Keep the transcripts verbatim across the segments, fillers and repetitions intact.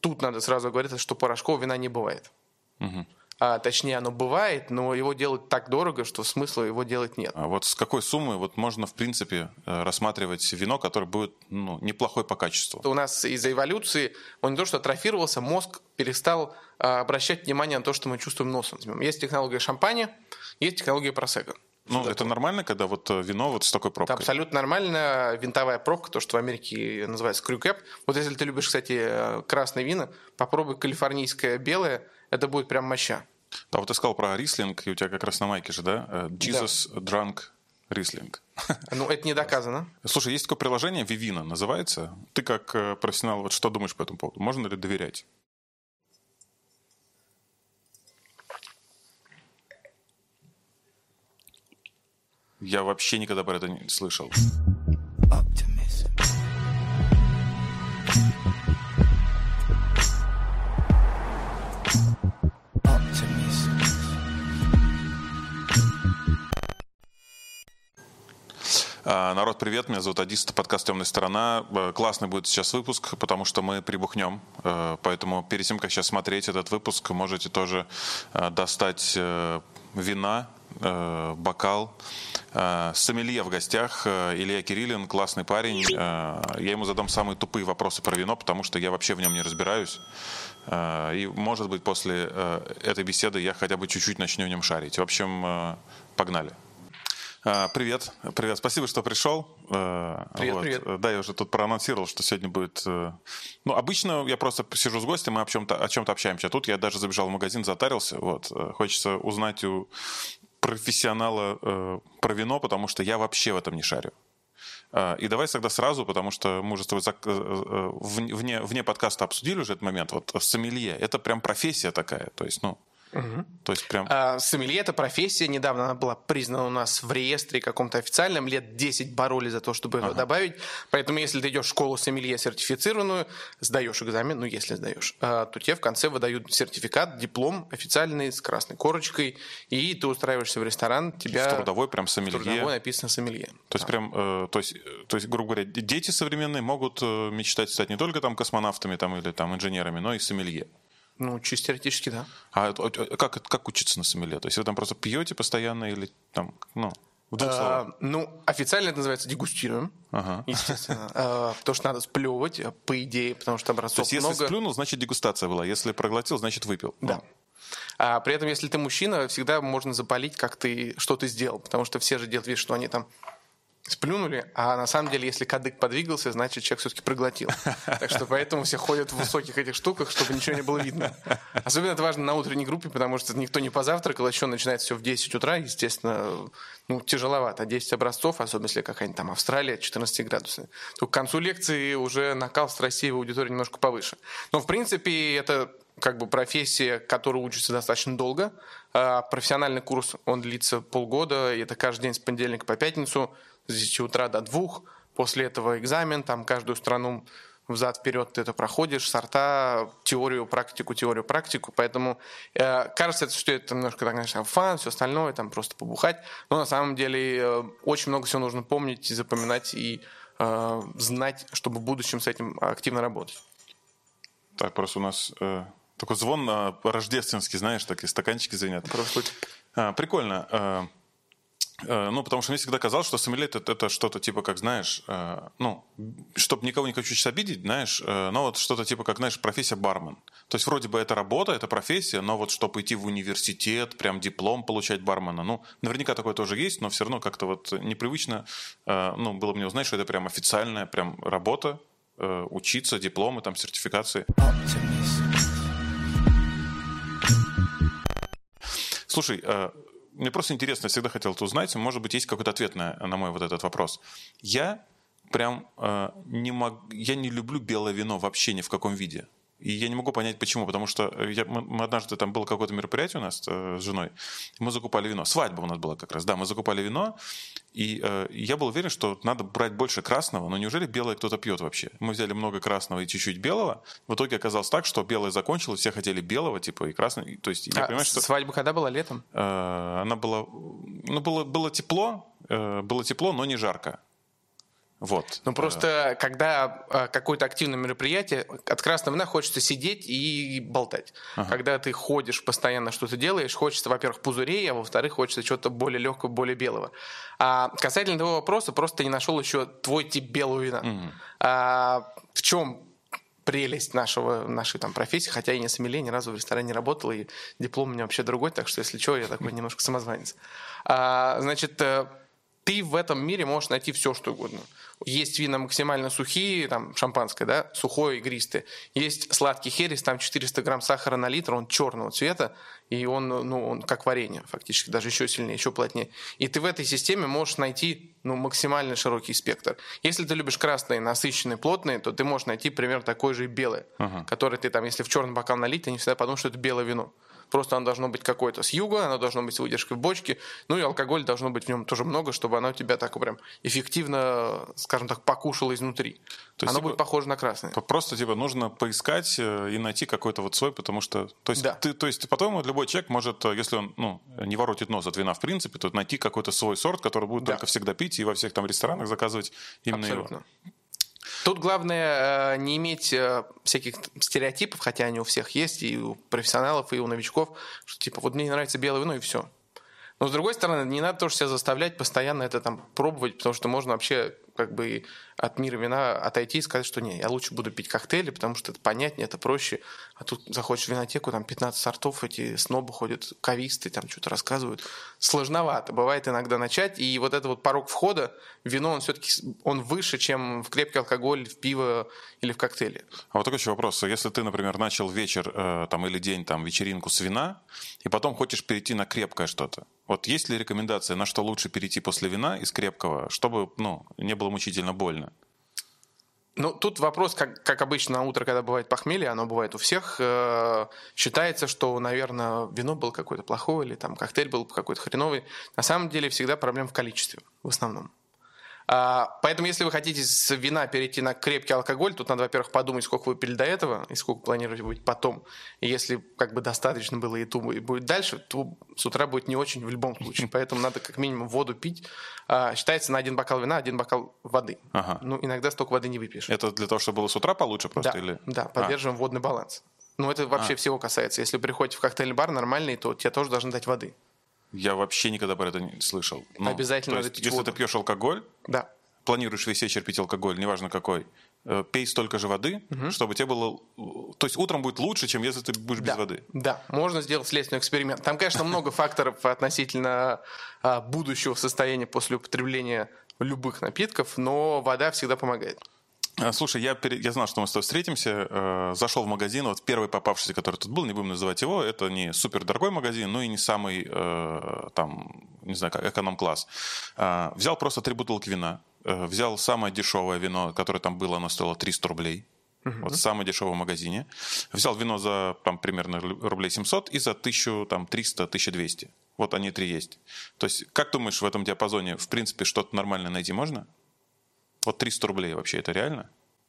тут надо сразу говорить, что порошкового вина не бывает. Угу. А, точнее, оно бывает, но его делать так дорого, что смысла его делать нет. А вот с какой суммы вот можно, в принципе, рассматривать вино, которое будет ну, неплохой по качеству? У нас из-за эволюции он не то что атрофировался, мозг перестал а, обращать внимание на то, что мы чувствуем носом. Есть технология шампаня, есть технология просекко. Ну, это нормально, когда вот вино вот с такой пробкой? Это абсолютно нормально. Винтовая пробка, то, что в Америке называется крюкэп. Вот если ты любишь, кстати, красные вина, попробуй калифорнийское белое, это будет прям моща. Да, вот ты сказал про рислинг, и у тебя как раз на майке же, да? Jesus да. Drunk Riesling. Ну, это не доказано. Слушай, есть такое приложение Vivino, называется. Ты как профессионал, вот что думаешь по этому поводу? Можно ли доверять? Я вообще никогда про это не слышал. Народ, привет, меня зовут Адис, это подкаст «Темная сторона». Классный будет сейчас выпуск, потому что мы прибухнем, поэтому перед тем, как сейчас смотреть этот выпуск, можете тоже достать вина, бокал. Сомелье в гостях, Илья Кириллин, классный парень. Я ему задам самые тупые вопросы про вино, потому что я вообще в нем не разбираюсь. И, может быть, после этой беседы я хотя бы чуть-чуть начну в нем шарить. В общем, погнали. Привет, привет, спасибо, что пришел. Привет, вот. привет. Да, я уже тут проанонсировал, что сегодня будет... Ну, обычно я просто сижу с гостем, мы о чем-то, о чем-то общаемся. А тут я даже забежал в магазин, затарился. Вот. Хочется узнать у профессионала э, про вино, потому что я вообще в этом не шарю. Э, и давай тогда сразу, потому что мы уже с тобой зак... э, вне, вне подкаста обсудили уже этот момент. Вот сомелье, это прям профессия такая, то есть, ну... Угу. То есть прям... а, сомелье – это профессия. Недавно она была признана у нас в реестре каком-то официальном. Лет десять боролись за то, чтобы ага. его добавить. Поэтому если ты идешь в школу сомелье сертифицированную, сдаешь экзамен, ну если сдаешь, а, то тебе в конце выдают сертификат, диплом официальный с красной корочкой, и ты устраиваешься в ресторан, тебя... В трудовой прям сомелье. В трудовой написано сомелье. То есть, а. прям, э, то есть, то есть, грубо говоря, дети современные могут э, мечтать стать не только там космонавтами там, или там, инженерами, но и сомелье. Ну, чисто теоретически, да. А как, как учиться на сомелье? То есть вы там просто пьете постоянно или там, ну, в двух словах? А, ну, официально это называется дегустируем, ага. естественно. А, потому что надо сплевывать, по идее, потому что образцов много. То есть если сплюнул, значит дегустация была. Если проглотил, значит выпил. Да. Ну. А при этом, если ты мужчина, всегда можно запалить, как ты, что ты сделал. Потому что все же делают вид, что они там сплюнули, а на самом деле, если кадык подвигался, значит, человек все-таки проглотил. Так что поэтому все ходят в высоких этих штуках, чтобы ничего не было видно. Особенно это важно на утренней группе, потому что никто не позавтракал, еще начинается все в десять утра, естественно, ну, тяжеловато. десять образцов, особенно если какая-нибудь там Австралия, четырнадцать градусов. То к концу лекции уже накал страстей в аудитории немножко повыше. Но, в принципе, это как бы профессия, которая учится достаточно долго. Профессиональный курс, он длится полгода, и это каждый день с понедельника по пятницу, с десяти утра до двух. После этого экзамен, там каждую страну взад-вперед ты это проходишь, сорта, теорию, практику, теорию, практику. Поэтому э, кажется, что это немножко, так, конечно, фан, все остальное, там просто побухать. Но на самом деле э, очень много всего нужно помнить, и запоминать и э, знать, чтобы в будущем с этим активно работать. Так, просто у нас э, такой звон э, рождественский, знаешь, такие стаканчики звенят. А, прикольно. Э, Ну, потому что мне всегда казалось, что сомелье это, это что-то типа, как, знаешь, э, ну, чтобы никого не хочу сейчас обидеть, знаешь, э, но вот что-то типа, как, знаешь, профессия бармен. То есть вроде бы это работа, это профессия, но вот чтобы идти в университет, прям диплом получать бармена, ну, наверняка такое тоже есть, но все равно как-то вот непривычно, э, ну, было мне узнать, что это прям официальная прям работа, э, учиться, дипломы, там, сертификации. Слушай, э, мне просто интересно, я всегда хотел это узнать, может быть, есть какой-то ответ на, на мой вот этот вопрос. Я прям э, не мог, я не люблю белое вино вообще ни в каком виде. И я не могу понять, почему. Потому что я, мы, мы однажды, там было какое-то мероприятие у нас э, с женой, мы закупали вино. Свадьба у нас была как раз. Да, мы закупали вино, и э, я был уверен, что надо брать больше красного, но неужели белое кто-то пьет вообще? Мы взяли много красного и чуть-чуть белого. В итоге оказалось так, что белое закончилось, все хотели белого, типа, и красного. То есть, я а понимаю, что... свадьба когда была? Летом? Э, она была... Ну, было, было тепло, э, было тепло, но не жарко. Вот. Ну просто, когда а, какое-то активное мероприятие, от красного вина хочется сидеть и болтать. Ага. Когда ты ходишь, постоянно что-то делаешь, хочется, во-первых, пузырей, а во-вторых, хочется чего-то более легкого, более белого. А касательно того вопроса, просто ты не нашел еще твой тип белого вина. Угу. А, в чем прелесть нашего, нашей там профессии, хотя я не сомелье, ни разу в ресторане не работал, и диплом у меня вообще другой, так что, если что, я такой немножко самозванец. А, значит, ты в этом мире можешь найти все, что угодно. Есть вина максимально сухие, там шампанское, да, сухое, игристое. Есть сладкий херес, там четыреста грамм сахара на литр, он черного цвета, и он, ну, он как варенье, фактически, даже еще сильнее, еще плотнее. И ты в этой системе можешь найти, ну, максимально широкий спектр. Если ты любишь красные, насыщенные, плотные, то ты можешь найти примерно такое же и белое, uh-huh. которое ты там, если в черный бокал налить, ты не всегда подумаешь, что это белое вино. Просто оно должно быть какое-то с юга, оно должно быть с выдержкой в бочке, ну и алкоголь должно быть в нем тоже много, чтобы оно тебя так прям эффективно, скажем так, покушало изнутри. То есть, оно типа, будет похоже на красное. Просто типа нужно поискать и найти какой-то вот свой, потому что... То есть, да. ты, то есть по-твоему, любой человек может, если он ну, не воротит нос от вина в принципе, то найти какой-то свой сорт, который будет да. только всегда пить и во всех там ресторанах заказывать именно Абсолютно. его. Тут главное не иметь всяких стереотипов, хотя они у всех есть, и у профессионалов, и у новичков, что типа вот мне не нравится белое вино, и все. Но, с другой стороны, не надо тоже себя заставлять постоянно это там пробовать, потому что можно вообще как бы от мира вина отойти и сказать, что не, я лучше буду пить коктейли, потому что это понятнее, это проще. А тут заходишь в винотеку, там пятнадцать сортов, эти снобы ходят, кависты, там что-то рассказывают. Сложновато бывает иногда начать, и вот этот вот порог входа, вино, он все-таки он выше, чем в крепкий алкоголь, в пиво или в коктейле. А вот такой еще вопрос. Если ты, например, начал вечер э, там, или день, там, вечеринку с вина, и потом хочешь перейти на крепкое что-то, вот есть ли рекомендация, на что лучше перейти после вина из крепкого, чтобы ну, не было мучительно больно? Ну, тут вопрос, как, как обычно на утро, когда бывает похмелье, оно бывает у всех, э, считается, что, наверное, вино было какое-то плохое или там коктейль был какой-то хреновый. На самом деле всегда проблема в количестве, в основном. А, поэтому, если вы хотите с вина перейти на крепкий алкоголь, тут надо, во-первых, подумать, сколько вы пили до этого и сколько планируете быть потом. И если как бы достаточно было и, ту, и будет дальше, то с утра будет не очень в любом случае. Поэтому надо как минимум воду пить. А, считается на один бокал вина, один бокал воды. Ага. Ну, иногда столько воды не выпьешь. Это для того, чтобы было с утра получше просто? Да, или... да, поддерживаем а. водный баланс. Ну, это вообще а. всего касается. Если вы приходите в коктейльный бар нормальный, то тебе тоже должны дать воды. Я вообще никогда про это не слышал. Ну, обязательно надо есть, пить если воду. Если ты пьешь алкоголь... Да. Планируешь весь вечер пить алкоголь, неважно какой, пей столько же воды, угу. чтобы тебе было... То есть утром будет лучше, чем если ты будешь да, без воды. Да, можно сделать следственный эксперимент. Там, конечно, много факторов относительно будущего состояния после употребления любых напитков, но вода всегда помогает. Слушай, я, перед... я знал, что мы с тобой встретимся, э, зашел в магазин, вот первый попавшийся, который тут был, не будем называть его, это не супер дорогой магазин, но и не самый, э, там, не знаю, как эконом-класс. Э, взял просто три бутылки вина, э, взял самое дешевое вино, которое там было, оно стоило триста рублей, uh-huh. вот самое дешевое в магазине. Взял вино за там, примерно рублей семьсот и за тысячу триста - тысяча двести. Вот они три есть. То есть, как думаешь, в этом диапазоне, в принципе, что-то нормальное найти можно? Вот триста рублей вообще, это реально?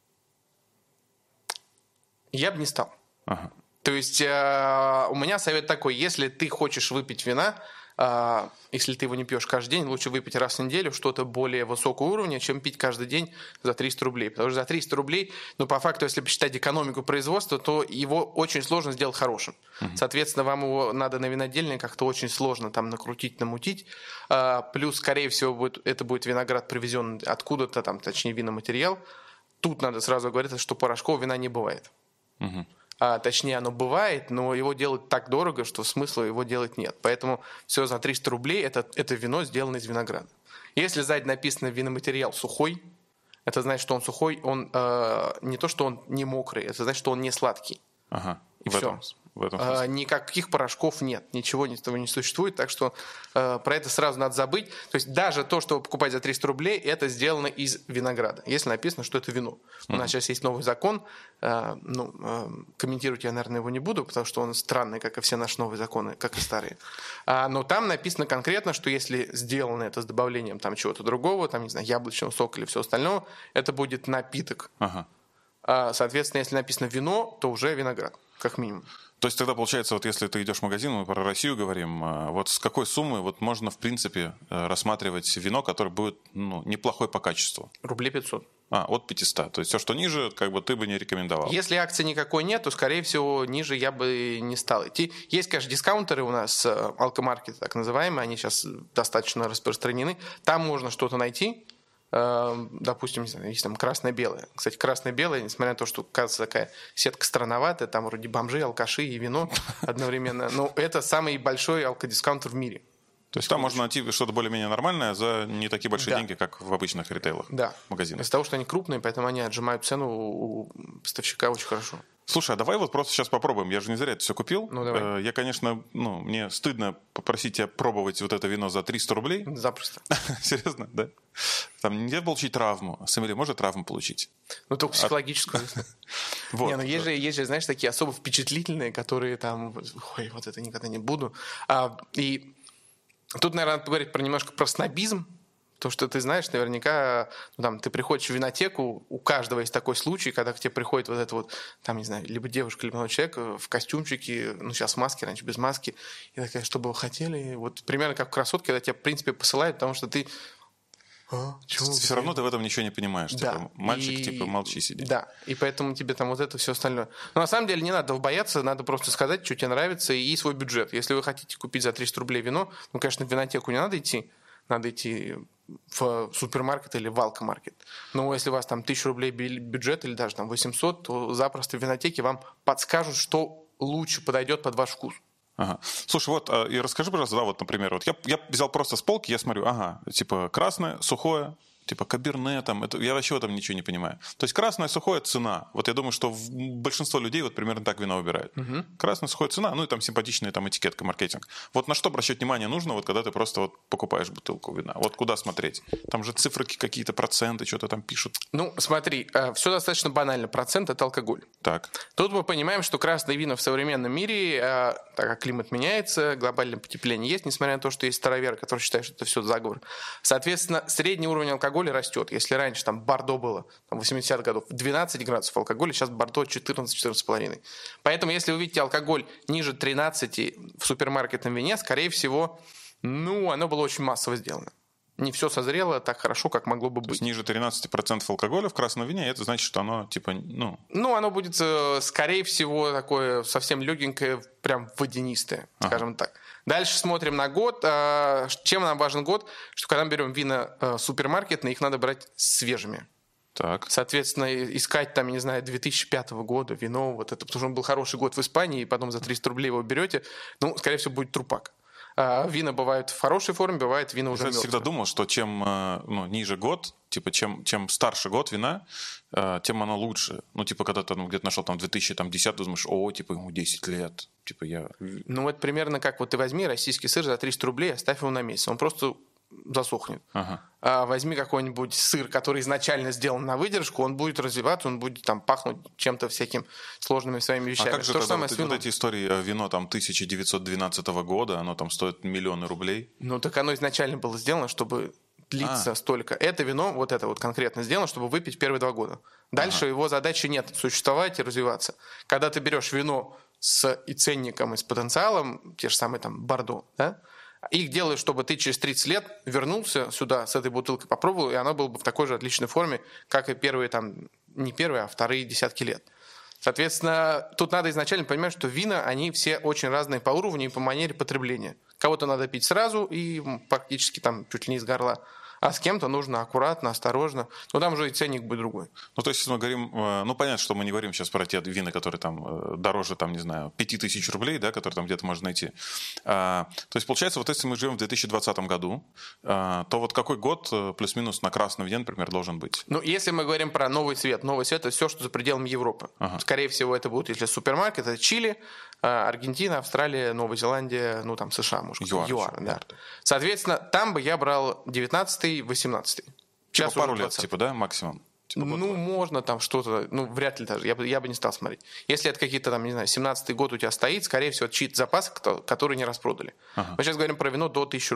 Я бы не стал. Ага. То есть э, у меня совет такой, если ты хочешь выпить вина, э, если ты его не пьешь каждый день, лучше выпить раз в неделю что-то более высокого уровня, чем пить каждый день за триста рублей. Потому что за триста рублей, ну по факту, если посчитать экономику производства, то его очень сложно сделать хорошим. Угу. Соответственно, вам его надо на винодельне как-то очень сложно там накрутить, намутить. Э, плюс, скорее всего, будет, это будет виноград, привезен откуда-то, там, точнее, виноматериал. Тут надо сразу говорить, что порошкового вина не бывает. Угу. А, точнее, оно бывает, но его делать так дорого, что смысла его делать нет. Поэтому все за триста рублей это, это вино сделано из винограда. Если сзади написано виноматериал сухой, это значит, что он сухой, он э, не то, что он не мокрый, это значит, что он не сладкий. Ага. И в все. Этом, в этом э, никаких порошков нет, ничего этого не существует, так что э, про это сразу надо забыть. То есть даже то, что вы покупаете за триста рублей, это сделано из винограда, если написано, что это вино. Mm-hmm. У нас сейчас есть новый закон, э, ну, э, комментировать я, наверное, его не буду, потому что он странный, как и все наши новые законы, как и старые. А, но там написано конкретно, что если сделано это с добавлением там чего-то другого, там, не знаю, яблочного сока или все остальное, это будет напиток. Ага. А, соответственно, если написано вино, то уже виноград. как минимум. То есть тогда получается, вот если ты идешь в магазин, мы про Россию говорим, вот с какой суммы вот можно, в принципе, рассматривать вино, которое будет ну, неплохой по качеству? Рублей пятьсот. А, от пятисот. То есть все, что ниже, как бы ты бы не рекомендовал. Если акции никакой нет, то, скорее всего, ниже я бы не стал идти. Есть, конечно, дискаунтеры у нас, алкомаркеты так называемые, они сейчас достаточно распространены. Там можно что-то найти. Допустим, не знаю, есть там красное-белое. Кстати, красное-белое, несмотря на то, что, кажется, такая сетка странноватая, там вроде бомжи, алкаши и вино одновременно. Но это самый большой алкодискаунтер в мире. То есть там можно найти что-то более-менее нормальное за не такие большие да. деньги, как в обычных ритейлах, да. магазинах. Из-за того, что они крупные, поэтому они отжимают цену у поставщика очень хорошо. Слушай, а давай вот просто сейчас попробуем. Я же не зря это все купил. Ну, давай. Я, конечно, ну, мне стыдно попросить тебя пробовать вот это вино за триста рублей. Запросто. Серьезно, да? Там нельзя получить травму. Сомелье может травму получить? Ну, только психологическую. Вот. Не, ну есть же, есть же, знаешь, такие особо впечатлительные, которые там, ой, вот это никогда не буду. А, и тут, наверное, надо поговорить про немножко про снобизм. То, что ты знаешь, наверняка, ну, там, ты приходишь в винотеку, у каждого есть такой случай, когда к тебе приходит вот это вот, там, не знаю, либо девушка, либо человек в костюмчике, ну, сейчас в маске, раньше без маски, и такая, что бы вы хотели? Вот примерно как в «Красотке», когда тебя, в принципе, посылают, потому что ты... А, чего все равно ты в этом ничего не понимаешь. Да. Типа, мальчик, и... типа, молчи, сиди. Да, и поэтому тебе там вот это все остальное. Но на самом деле не надо бояться, надо просто сказать, что тебе нравится, и свой бюджет. Если вы хотите купить за триста рублей вино, ну, конечно, в винотеку не надо идти, надо идти в супермаркет или в алкомаркет. Но если у вас там тысяча рублей бюджет или даже там восемьсот, то запросто в винотеке вам подскажут, что лучше подойдет под ваш вкус. Ага. Слушай, вот, и расскажи, пожалуйста, да, вот, например, вот я, я взял просто с полки, я смотрю, ага, типа красное, сухое, типа каберне, там, это, я вообще в этом ничего не понимаю. То есть красное, сухое, цена. Вот я думаю, что большинство людей вот примерно так вино выбирают. Угу. Красное, сухое, цена, ну и там симпатичная там этикетка, маркетинг. Вот на что обращать внимание нужно, вот когда ты просто вот покупаешь бутылку вина? Вот куда смотреть? Там же цифры какие-то, проценты, что-то там пишут. Ну, смотри, все достаточно банально. Процент – это алкоголь. Так. Тут мы понимаем, что красное вино в современном мире, так как климат меняется, глобальное потепление есть, несмотря на то, что есть староверы, которые считают, что это все заговор. Соответственно, средний уровень алкоголя растет. Если раньше там Бордо было там, в восьмидесятых годов двенадцать градусов алкоголя, сейчас Бордо четырнадцать-четырнадцать с половиной. Поэтому, если вы видите алкоголь ниже тринадцати в супермаркетном вине, скорее всего, ну, оно было очень массово сделано. Не все созрело так хорошо, как могло бы быть. То есть ниже тринадцати процентов алкоголя в красном вине, это значит, что оно типа, ну... Ну, оно будет, скорее всего, такое совсем легенькое, прям водянистое, ага. скажем так. Дальше смотрим на год. Чем нам важен год? Что когда мы берем вина супермаркетные, их надо брать свежими. Так. Соответственно, искать там, я не знаю, две тысячи пятого года вино, вот это, потому что он был хороший год в Испании, и потом за триста рублей его берете, ну, скорее всего, будет трупак. А вина бывают в хорошей форме, бывает вина уже я мертвые. всегда думал, что чем ну, ниже год, типа чем, чем старше год вина, тем оно лучше. Ну, типа, когда ты ну, где-то нашел там две тысячи десятый, думаешь, о, типа, ему десять лет. Типа, я... Ну, это примерно как вот ты возьми российский сыр за триста рублей, оставь его на месяц. Он просто засохнет. Ага. А возьми какой-нибудь сыр, который изначально сделан на выдержку, он будет развиваться, он будет там пахнуть чем-то всяким сложными своими вещами. А как же То тогда самое вот, с вином. вот эти истории, вино там тысяча девятьсот двенадцатого года, оно там стоит миллионы рублей? Ну, так оно изначально было сделано, чтобы длиться а. столько. Это вино, вот это вот конкретно сделано, чтобы выпить первые два года. Дальше ага. его задачи нет существовать и развиваться. Когда ты берешь вино с и ценником, и с потенциалом, те же самые там Бордо, да, их делают, чтобы ты через тридцать лет вернулся сюда с этой бутылкой, попробовал, и она была бы в такой же отличной форме, как и первые там, не первые, а вторые десятки лет. Соответственно, тут надо изначально понимать, что вина, они все очень разные по уровню и по манере потребления. Кого-то надо пить сразу и практически там чуть ли не из горла. А с кем-то нужно аккуратно, осторожно. Но там уже и ценник будет другой. Ну, то есть, если мы говорим... Ну, понятно, что мы не говорим сейчас про те вина, которые там дороже, там, не знаю, пяти тысяч рублей, да, которые там где-то можно найти. А, то есть, получается, вот если мы живем в две тысячи двадцатом году, а, то вот какой год плюс-минус на красном вине, например, должен быть? Ну, если мы говорим про новый цвет. Новый цвет – это все, что за пределами Европы. Ага. Скорее всего, это будет, если супермаркет, это Чили, Аргентина, Австралия, Новая Зеландия, ну, там, США, может, ЮАР, ЮАР, да. Соответственно, там бы я брал девятнадцатый, восемнадцатый. Типа пару лет, типа, да, максимум? Типа ну, год. Можно там что-то, ну, вряд ли даже, я бы, я бы не стал смотреть. Если это какие-то там, не знаю, семнадцатый год у тебя стоит, скорее всего, чьи-то запасы, которые не распродали. Ага. Мы сейчас говорим про вино до тысячи рублей.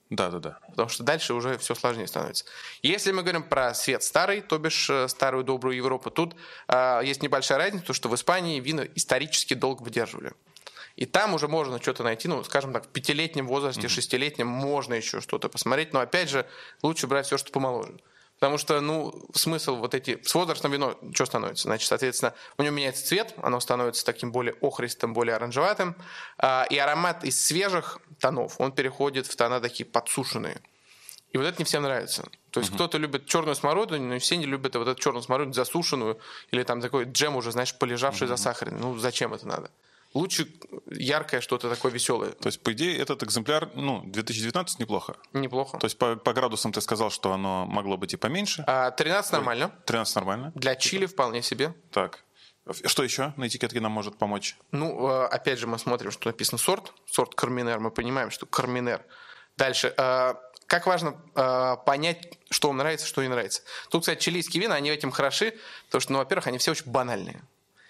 Да-да-да. Потому что дальше уже все сложнее становится. Если мы говорим про свет старый, то бишь старую добрую Европу, тут э, есть небольшая разница, то, что в Испании вина исторически долго выдерживали. И там уже можно что-то найти, ну, скажем так, в пятилетнем возрасте, mm-hmm. шестилетнем можно еще что-то посмотреть, но опять же лучше брать все, что помоложе. Потому что, ну, смысл вот эти... С возрастом вино что становится? Значит, соответственно, у него меняется цвет, оно становится таким более охристым, более оранжеватым, и аромат из свежих тонов, он переходит в тона такие подсушенные. И вот это не всем нравится. То есть mm-hmm. кто-то любит черную смородину, но все не любят вот эту черную смородину засушенную, или там такой джем уже, знаешь, полежавший mm-hmm. засахаренный. Ну, зачем это надо? Лучше яркое что-то такое веселое. То есть, по идее, этот экземпляр, ну, две тысячи девятнадцать неплохо. Неплохо. То есть, по, по градусам ты сказал, что оно могло быть и поменьше. А, тринадцать нормально. тринадцать нормально. Для Чили вполне себе. Так. Что еще на этикетке нам может помочь? Ну, опять же, мы смотрим, что написано сорт. Сорт Карминер. Мы понимаем, что Карминер. Дальше. Как важно понять, что вам нравится, что не нравится. Тут, кстати, чилийские вина, они этим хороши, потому что, ну, во-первых, они все очень банальные.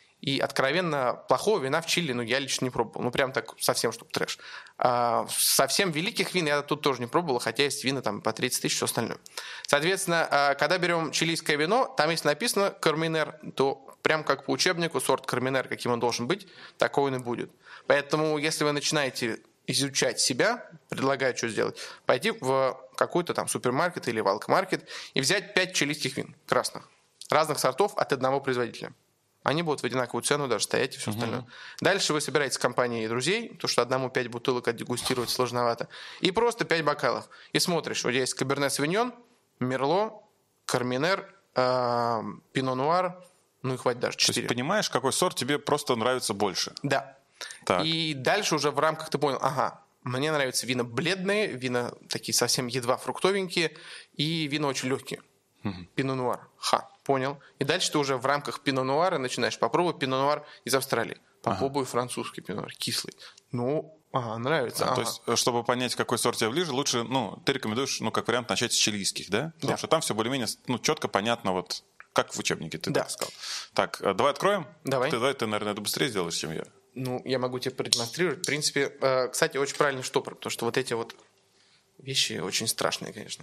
И откровенно плохого вина в Чили, ну, я лично не пробовал. Ну, прям так совсем, чтобы трэш. А, совсем великих вин я тут тоже не пробовал, хотя есть вина там по тридцать тысяч, все остальное. Соответственно, когда берем чилийское вино, там если написано Карминер, то прям как по учебнику сорт Карминер, каким он должен быть, такой он и будет. Поэтому, если вы начинаете изучать себя, предлагаю что сделать, пойти в какой-то там супермаркет или в алкомаркет и взять пять чилийских вин красных, разных сортов от одного производителя. Они будут в одинаковую цену даже стоять и все uh-huh. остальное. Дальше вы собираете с компанией друзей, потому что одному пять бутылок отдегустировать сложновато. И просто пять бокалов. И смотришь, вот есть Каберне Савиньон, Мерло, Карминер, э, Пино Нуар, ну и хватит даже четыре. То есть понимаешь, какой сорт тебе просто нравится больше? Да. Так. И дальше уже в рамках ты понял, ага, мне нравятся вина бледные, вина такие совсем едва фруктовенькие и вина очень легкие. Uh-huh. Пино Нуар. Ха. Понял. И дальше ты уже в рамках пино нуара начинаешь. Попробуй пино нуар из Австралии. Попробуй ага. французский пино нуар. Кислый. Ну, ага, нравится. А, ага. То есть, чтобы понять, какой сорт тебе ближе, лучше, ну, ты рекомендуешь, ну, как вариант, начать с чилийских, да? Потому да. что там все более-менее, ну, четко понятно, вот, как в учебнике ты да. так сказал. Так, давай откроем. Давай. Ты, давай, ты, наверное, это быстрее сделаешь, чем я. Ну, я могу тебе продемонстрировать. В принципе, э, кстати, очень правильный штопор, потому что вот эти вот вещи очень страшные, конечно.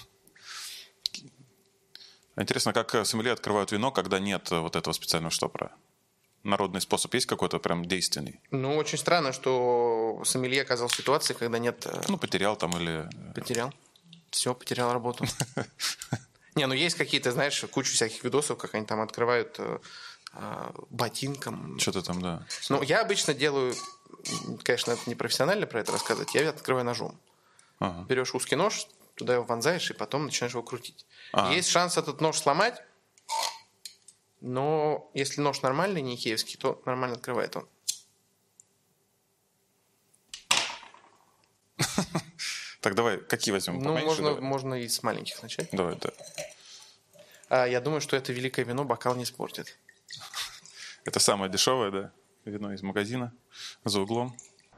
Интересно, как сомелье открывают вино, когда нет вот этого специального штопора? Народный способ есть какой-то прям действенный? Ну, очень странно, что сомелье оказался в ситуации, когда нет... Ну, потерял там или... Потерял. Все, потерял работу. Не, ну есть какие-то, знаешь, кучу всяких видосов, как они там открывают ботинком. Что-то там, да. Ну, я обычно делаю... Конечно, это не профессионально про это рассказывать. Я открываю ножом. Берешь узкий нож, туда его вонзаешь и потом начинаешь его крутить. А. Есть шанс этот нож сломать, но если нож нормальный, не икеевский, то нормально открывает он. Так, давай, какие возьмем? Ну, можно, можно и с маленьких начать. Давай, да. А, я думаю, что это великое вино бокал не испортит. Это самое дешевое, да? Вино из магазина за углом.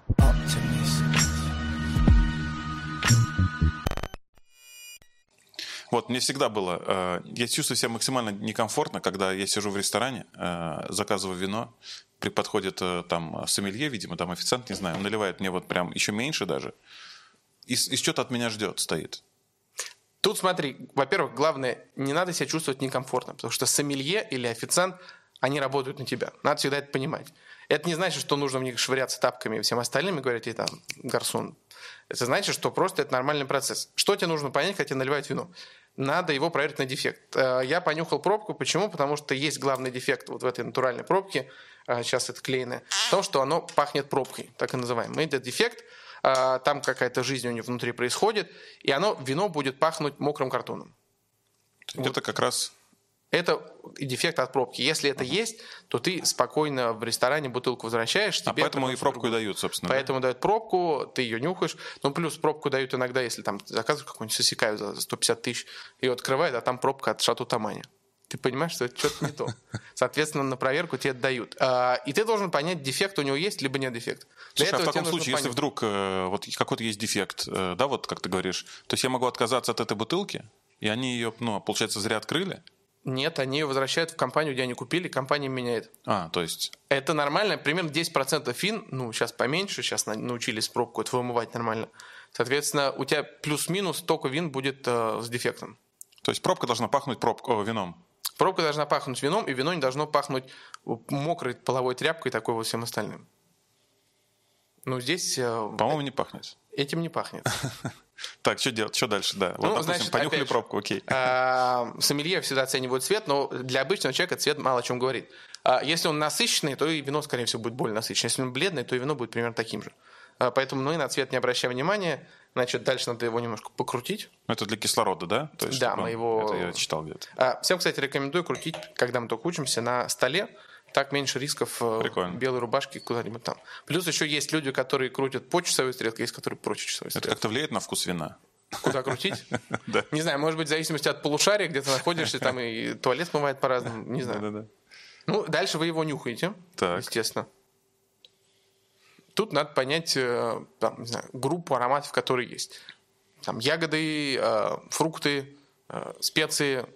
Вот, мне всегда было... Э, я чувствую себя максимально некомфортно, когда я сижу в ресторане, э, заказываю вино, при подходит э, там сомелье, видимо, там официант, не знаю, он наливает мне вот прям еще меньше даже, и, и что-то от меня ждет, стоит. Тут смотри, во-первых, главное, не надо себя чувствовать некомфортно, потому что сомелье или официант, они работают на тебя. Надо всегда это понимать. Это не значит, что нужно в них швыряться тапками и всем остальным и говорить, ей там, гарсон. Это значит, что просто это нормальный процесс. Что тебе нужно понять, когда тебе наливают вино? Надо его проверить на дефект. Я понюхал пробку. Почему? Потому что есть главный дефект вот в этой натуральной пробке, сейчас это клееное, в том, что оно пахнет пробкой, так и называемый. Это дефект, там какая-то жизнь у него внутри происходит, и оно, вино будет пахнуть мокрым картоном. Вот. Это как раз... Это дефект от пробки. Если это uh-huh. есть, то ты спокойно в ресторане бутылку возвращаешь. А поэтому и пробку другую. Дают, собственно. Поэтому да? дают пробку, ты ее нюхаешь. Ну, плюс пробку дают иногда, если там заказывают какой-нибудь сосекаю за сто пятьдесят тысяч, ее открывают, а там пробка от Шато Тамани. Ты понимаешь, что это что-то не то. Соответственно, на проверку тебе это дают. И ты должен понять, дефект у него есть, либо нет дефекта. Слушай, а в таком случае, если вдруг вот какой-то есть дефект, да, вот как ты говоришь, то есть я могу отказаться от этой бутылки, и они ее, ну, получается, зря открыли? Нет, они ее возвращают в компанию, где они купили, компания меняет. А, то есть... Это нормально, примерно десять процентов вин, ну, сейчас поменьше, сейчас научились пробку это вымывать нормально. Соответственно, у тебя плюс-минус столько вин будет э, с дефектом. То есть пробка должна пахнуть пробку, о, вином? Пробка должна пахнуть вином, и вино не должно пахнуть мокрой половой тряпкой и такой вот всем остальным. Ну, здесь... По-моему, не пахнет. Этим не пахнет. Так, что делать? Что дальше? Да. Вот, ну, допустим, значит, понюхали опять пробку, окей. А, сомелье всегда оценивают цвет, но для обычного человека цвет мало о чем говорит. А, если он насыщенный, то и вино, скорее всего, будет более насыщенное. Если он бледный, то и вино будет примерно таким же. А, поэтому мы на цвет не обращаем внимания. Значит, дальше надо его немножко покрутить. Это для кислорода, да? То есть, да, мы он... его... Это я читал где-то. А, всем, кстати, рекомендую крутить, когда мы только учимся, на столе. Так меньше рисков Прикольно. Белой рубашки куда-нибудь там. Плюс еще есть люди, которые крутят по часовой стрелке, есть которые против часовой стрелки. Это как-то влияет на вкус вина? Куда крутить? Да. Не знаю, может быть, в зависимости от полушария, где ты находишься, там и туалет смывает по-разному, не знаю. Да-да-да. Ну, дальше вы его нюхаете, Так. естественно. Тут надо понять, там, не знаю, группу ароматов, которые есть. Там ягоды, фрукты, специи.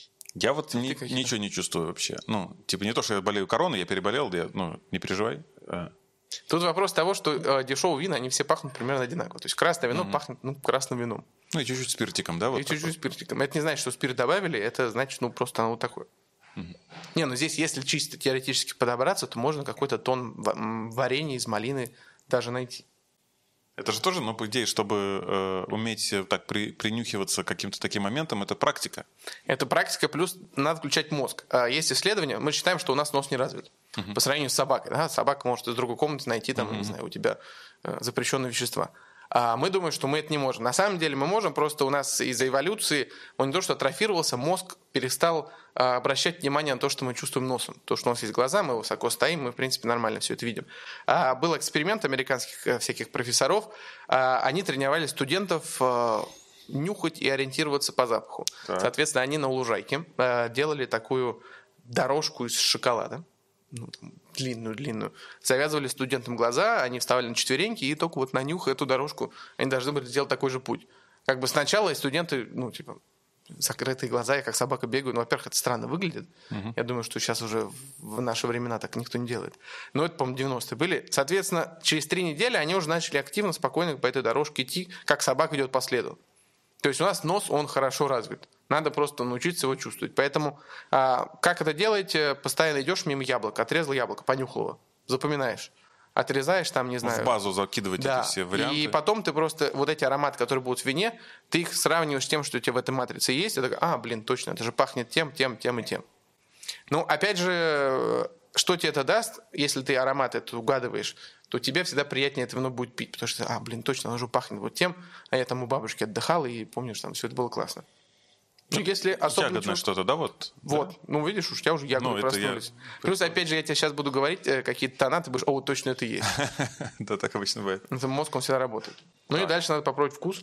Я вот ни, ничего не чувствую вообще. Ну, типа не то, что я болею короной, я переболел, я, ну, не переживай. А. Тут вопрос того, что э, дешевые вина, они все пахнут примерно одинаково. То есть красное вино mm-hmm. пахнет ну, красным вином. Ну и чуть-чуть спиртиком, да? Вот и чуть-чуть спиртиком. Это не значит, что спирт добавили, это значит, ну, просто оно вот такое. Mm-hmm. Не, ну здесь, если чисто теоретически подобраться, то можно какой-то тон варенья из малины даже найти. Это же тоже, ну, по идее, чтобы э, уметь так при, принюхиваться к каким-то таким моментам, это практика. Это практика, плюс надо включать мозг. Есть исследования, мы считаем, что у нас нос не развит. Uh-huh. По сравнению с собакой. Да? Собака может из другой комнаты найти, там, uh-huh. не знаю, у тебя э, запрещенные вещества. А мы думаем, что мы это не можем. На самом деле мы можем, просто у нас из-за эволюции, он не то, что атрофировался, мозг перестал а, обращать внимание на то, что мы чувствуем носом. То, что у нас есть глаза, мы высоко стоим, мы, в принципе, нормально все это видим. А, был эксперимент американских а, всяких профессоров. А, они тренировали студентов а, нюхать и ориентироваться по запаху. Так. Соответственно, они на лужайке а, делали такую дорожку из шоколада. Ну, длинную-длинную. Завязывали студентам глаза, они вставали на четвереньки, и только вот на нюх эту дорожку они должны были сделать такой же путь. Как бы сначала студенты, ну, типа, закрытые глаза, я как собака бегаю. Ну, во-первых, это странно выглядит. Uh-huh. Я думаю, что сейчас уже в наши времена так никто не делает. Но это, по-моему, девяностые были. Соответственно, через три недели они уже начали активно, спокойно по этой дорожке идти, как собака идет по следу. То есть у нас нос, он хорошо развит. Надо просто научиться его чувствовать. Поэтому а, как это делаете? Постоянно идешь мимо яблока, отрезал яблоко, понюхал его, запоминаешь. Отрезаешь там, не знаю. В базу закидывать да. эти все варианты. И потом ты просто вот эти ароматы, которые будут в вине, ты их сравниваешь с тем, что у тебя в этой матрице есть, и ты такой, а, блин, точно, это же пахнет тем, тем, тем и тем. Ну, опять же, что тебе это даст, если ты аромат этот угадываешь, то тебе всегда приятнее это вино будет пить, потому что, а, блин, точно, оно же пахнет вот тем, а я там у бабушки отдыхал, и помнишь, там все это было классно. Ну, если особо ягодное ничего... что-то, да, вот? Вот, да. Ну, видишь, уж у тебя уже ягоды ну, проснулись. Я... Плюс, опять же, я тебе сейчас буду говорить какие-то тона, ты будешь, о, точно это и есть. Да, так обычно бывает. Это мозг, он всегда работает. Ну и дальше надо попробовать вкус.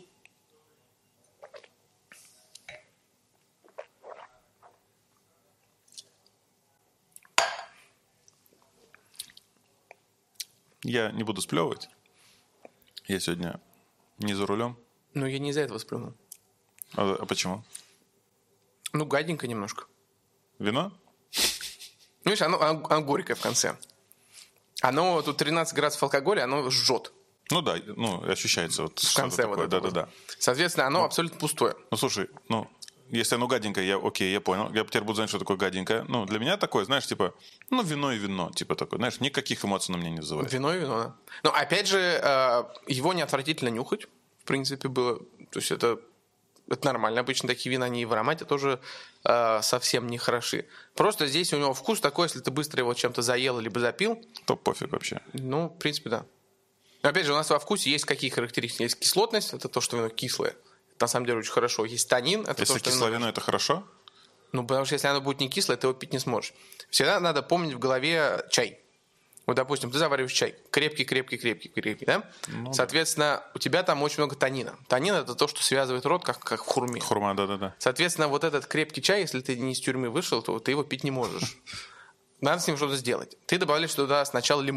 Я не буду сплевывать. Я сегодня не за рулем. Ну, я не из-за этого сплюнул. А, а почему? Ну, гаденько немножко. Вино? Ну, видишь, оно, оно, оно горькое в конце. Оно, тут тринадцать градусов алкоголя, оно жжет. Ну да, ну, ощущается вот в конце такое. Вот да, да, да. Соответственно, оно ну, абсолютно пустое. Ну, слушай, ну, если оно гаденькое, я, окей, я понял. Я теперь буду знать, что такое гаденькое. Ну, для меня такое, знаешь, типа, ну, вино и вино, типа такое. Знаешь, никаких эмоций на меня не вызывает. Вино и вино, да. Но, опять же, его не отвратительно нюхать, в принципе, было. То есть это, это нормально. Обычно такие вина, они в аромате тоже э, совсем не хороши. Просто здесь у него вкус такой, если ты быстро его чем-то заел либо запил. То пофиг вообще. Ну, в принципе, да. Но, опять же, у нас во вкусе есть какие характеристики? Есть кислотность, это то, что вино кислое. Это, на самом деле, очень хорошо. Есть танин. Это если то, что кислое вино... вино, это хорошо? Ну, потому что если оно будет не кислое, ты его пить не сможешь. Всегда надо помнить в голове чай. Вот, допустим, ты завариваешь чай. Крепкий, крепкий, крепкий, крепкий, да? Ну, Соответственно, да. у тебя там очень много танина. Танин – это то, что связывает рот, как, как в хурме. Хурма, да-да-да. Соответственно, вот этот крепкий чай, если ты не из тюрьмы вышел, то ты его пить не можешь. Надо с ним что-то сделать. Ты добавляешь туда сначала лимон.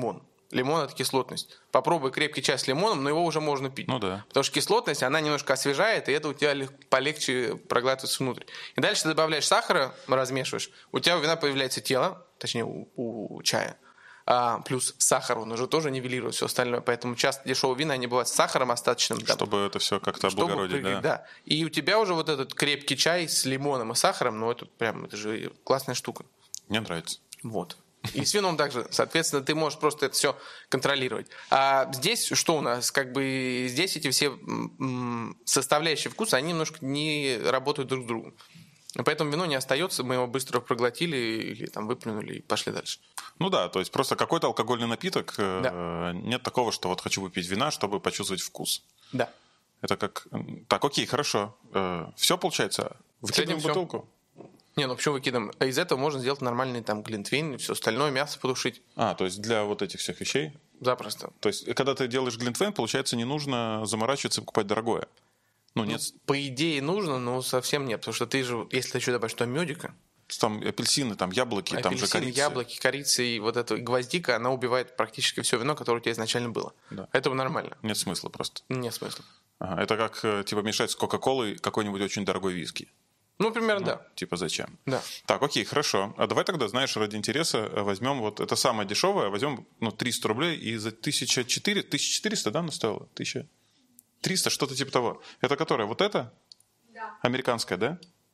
Лимон – это кислотность. Попробуй крепкий чай с лимоном, но его уже можно пить. Ну да. Потому что кислотность, она немножко освежает, и это у тебя полегче проглатывается внутрь. И дальше ты добавляешь сахара, размешиваешь, у тебя у вина появляется тело, точнее у, у чая. А, плюс сахар, он уже тоже нивелирует все остальное. Поэтому часто дешевые вина, они бывают с сахаром остаточным. Там, чтобы это все как-то облагородить, да. да. И у тебя уже вот этот крепкий чай с лимоном и сахаром, ну это прям, это же классная штука. Мне нравится. Вот. И с вином также. Соответственно, ты можешь просто это все контролировать. А здесь что у нас? Как бы здесь эти все составляющие вкуса, они немножко не работают друг с другом. Поэтому вино не остается, мы его быстро проглотили или там выплюнули и пошли дальше. Ну да, то есть просто какой-то алкогольный напиток, да. Нет такого, что вот хочу выпить вина, чтобы почувствовать вкус. Да. Это как... Так, окей, хорошо. Все получается? Выкидываем бутылку? Не, ну почему выкидываем? Из этого можно сделать нормальный там глинтвейн и все остальное, мясо потушить. А, то есть для вот этих всех вещей? Запросто. То есть когда ты делаешь глинтвейн, получается, не нужно заморачиваться и покупать дорогое? Ну, нет. Ну, по идее нужно, но совсем нет, потому что ты же, если ты еще добавишь туда медика... Там апельсины, там яблоки, апельсины, там же корица. яблоки, корица и вот эта гвоздика, она убивает практически все вино, которое у тебя изначально было. Да. Это нормально. Нет смысла просто. Нет смысла. Ага, это как, типа, мешать с Кока-Колой какой-нибудь очень дорогой виски. Ну, примерно, ну, да. Типа, зачем? Да. Так, окей, хорошо. А давай тогда, знаешь, ради интереса возьмем вот это самое дешевое, возьмем, ну, триста рублей, и за тысяча четыреста, тысяча четыреста, да, она стоила? тысяча триста, что-то типа того. Это которое? Вот это? Да. Американская, да?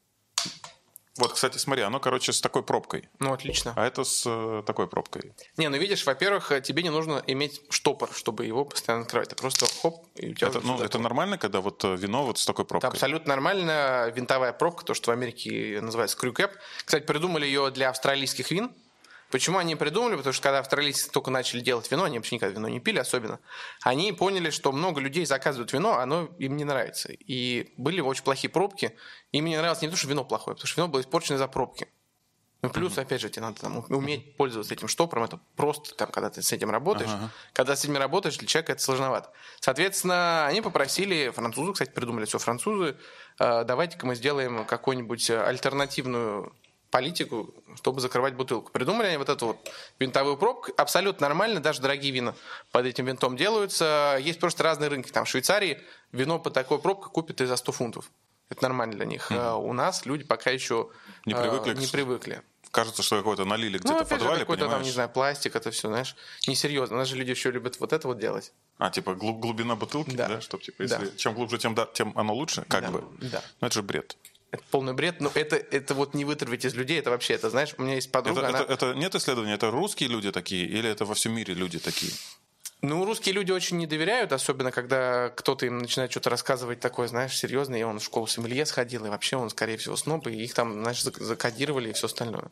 Вот, кстати, смотри, оно, короче, с такой пробкой. Ну, отлично. А это с э, такой пробкой. Не, ну видишь, во-первых, тебе не нужно иметь штопор, чтобы его постоянно открывать. Ты просто хоп, и у тебя... Это, ну, это нормально, когда вот вино вот с такой пробкой? Это абсолютно нормально. Винтовая пробка, то, что в Америке называется крюкэп. Кстати, придумали ее для австралийских вин. Почему они придумали? Потому что когда австралийцы только начали делать вино, они вообще никогда вино не пили особенно, они поняли, что много людей заказывают вино, оно им не нравится. И были очень плохие пробки. Им не нравилось не то, что вино плохое, потому что вино было испорчено из-за пробки. Ну, плюс, mm-hmm. опять же, тебе надо там, уметь пользоваться этим штопором. Это просто, там, когда ты с этим работаешь. Uh-huh. Когда с этим работаешь, для человека это сложновато. Соответственно, они попросили, французы, кстати, придумали все французы, давайте-ка мы сделаем какую-нибудь альтернативную политику, чтобы закрывать бутылку. Придумали они вот эту вот винтовую пробку. Абсолютно нормально, даже дорогие вина под этим винтом делаются. Есть просто разные рынки. Там в Швейцарии вино под такой пробкой купят и за сто фунтов. Это нормально для них. Mm-hmm. А у нас люди пока еще не привыкли. Не привыкли. Кажется, что какой-то налили где-то ну, в подвале, же, какой-то понимаешь? там, не знаю, пластик, это все, знаешь, несерьезно. У нас же люди еще любят вот это вот делать. А, типа глубина бутылки, да? да? Чтобы, типа, если да. чем глубже, тем, да, тем оно лучше, как да. бы. Да. Ну, это же бред. Это полный бред, но это, это вот не вытравить из людей, это вообще, это, знаешь, у меня есть подруга, это, она... это, это нет исследования, это русские люди такие или это во всем мире люди такие? Ну, русские люди очень не доверяют, особенно когда кто-то им начинает что-то рассказывать такое, знаешь, серьезное, и он в школу сомелье сходил, и вообще он, скорее всего, сноб, и их там, знаешь, закодировали и все остальное.